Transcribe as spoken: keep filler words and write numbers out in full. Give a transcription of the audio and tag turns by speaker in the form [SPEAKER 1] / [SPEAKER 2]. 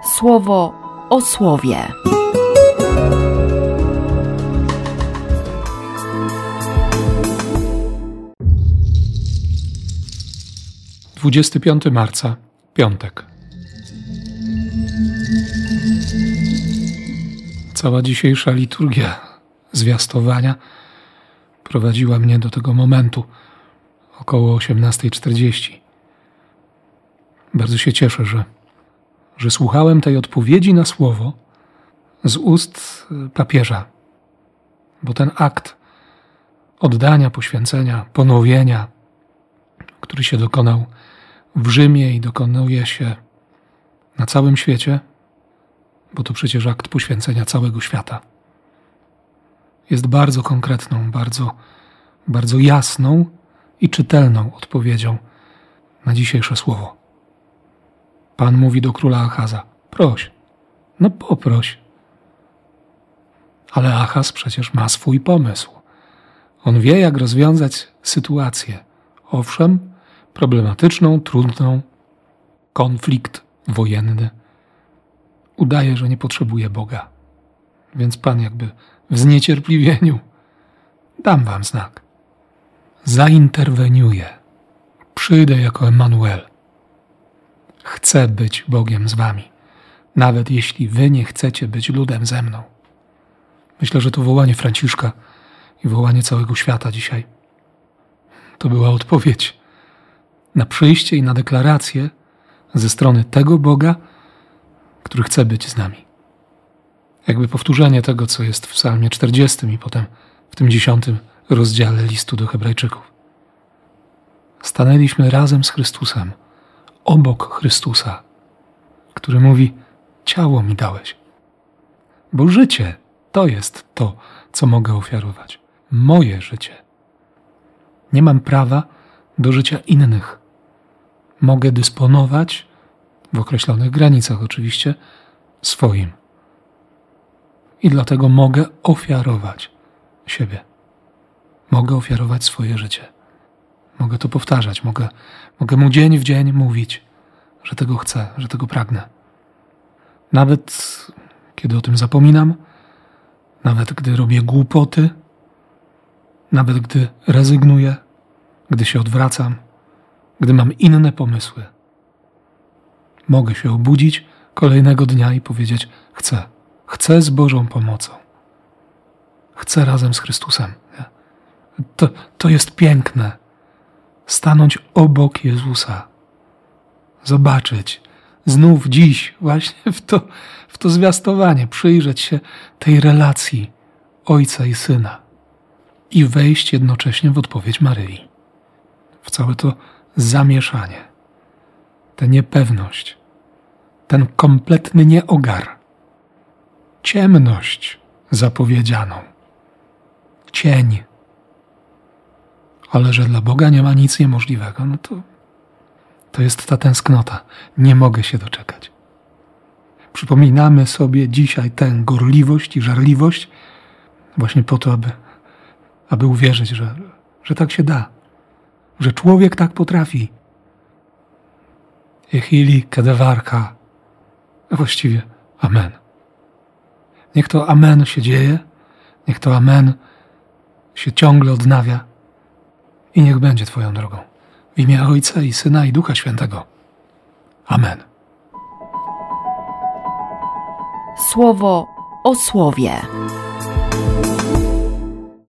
[SPEAKER 1] Słowo o słowie.
[SPEAKER 2] dwudziestego piątego marca, piątek. Cała dzisiejsza liturgia zwiastowania prowadziła mnie do tego momentu około osiemnasta czterdzieści. Bardzo się cieszę, że, że słuchałem tej odpowiedzi na słowo z ust papieża, bo ten akt oddania, poświęcenia, ponowienia, który się dokonał w Rzymie i dokonuje się na całym świecie, bo to przecież akt poświęcenia całego świata, jest bardzo konkretną, bardzo, bardzo jasną i czytelną odpowiedzią na dzisiejsze słowo. Pan mówi do króla Achaza: proś, no poproś. Ale Achaz przecież ma swój pomysł. On wie, jak rozwiązać sytuację. Owszem, problematyczną, trudną, konflikt wojenny. Udaje, że nie potrzebuje Boga. Więc Pan jakby w zniecierpliwieniu: dam wam znak. Zainterweniuję. Przyjdę jako Emanuel. Chcę być Bogiem z wami, nawet jeśli wy nie chcecie być ludem ze mną. Myślę, że to wołanie Franciszka i wołanie całego świata dzisiaj to była odpowiedź na przyjście i na deklarację ze strony tego Boga, który chce być z nami. Jakby powtórzenie tego, co jest w psalmie czterdziestym i potem w tym dziesiątym rozdziale listu do Hebrajczyków. Stanęliśmy razem z Chrystusem, obok Chrystusa, który mówi: ciało mi dałeś. Bo życie to jest to, co mogę ofiarować. Moje życie. Nie mam prawa do życia innych. Mogę dysponować, w określonych granicach oczywiście, swoim. I dlatego mogę ofiarować siebie. Mogę ofiarować swoje życie. Mogę to powtarzać, mogę, mogę mu dzień w dzień mówić, że tego chcę, że tego pragnę. Nawet kiedy o tym zapominam, nawet gdy robię głupoty, nawet gdy rezygnuję, gdy się odwracam, gdy mam inne pomysły. Mogę się obudzić kolejnego dnia i powiedzieć: chcę, chcę z Bożą pomocą. Chcę razem z Chrystusem. To, to jest piękne. Stanąć obok Jezusa. Zobaczyć znów dziś właśnie w to, w to zwiastowanie, przyjrzeć się tej relacji Ojca i Syna i wejść jednocześnie w odpowiedź Maryi. W całe to zamieszanie, tę niepewność, ten kompletny nieogar, ciemność zapowiedzianą, cień. Ale że dla Boga nie ma nic niemożliwego, no to, to jest ta tęsknota. Nie mogę się doczekać. Przypominamy sobie dzisiaj tę gorliwość i żarliwość właśnie po to, aby, aby uwierzyć, że, że tak się da. Że człowiek tak potrafi. Echili kadewarka. A właściwie amen. Niech to amen się dzieje. Niech to amen się ciągle odnawia. I niech będzie Twoją drogą. W imię Ojca i Syna i Ducha Świętego. Amen.
[SPEAKER 1] Słowo o słowie.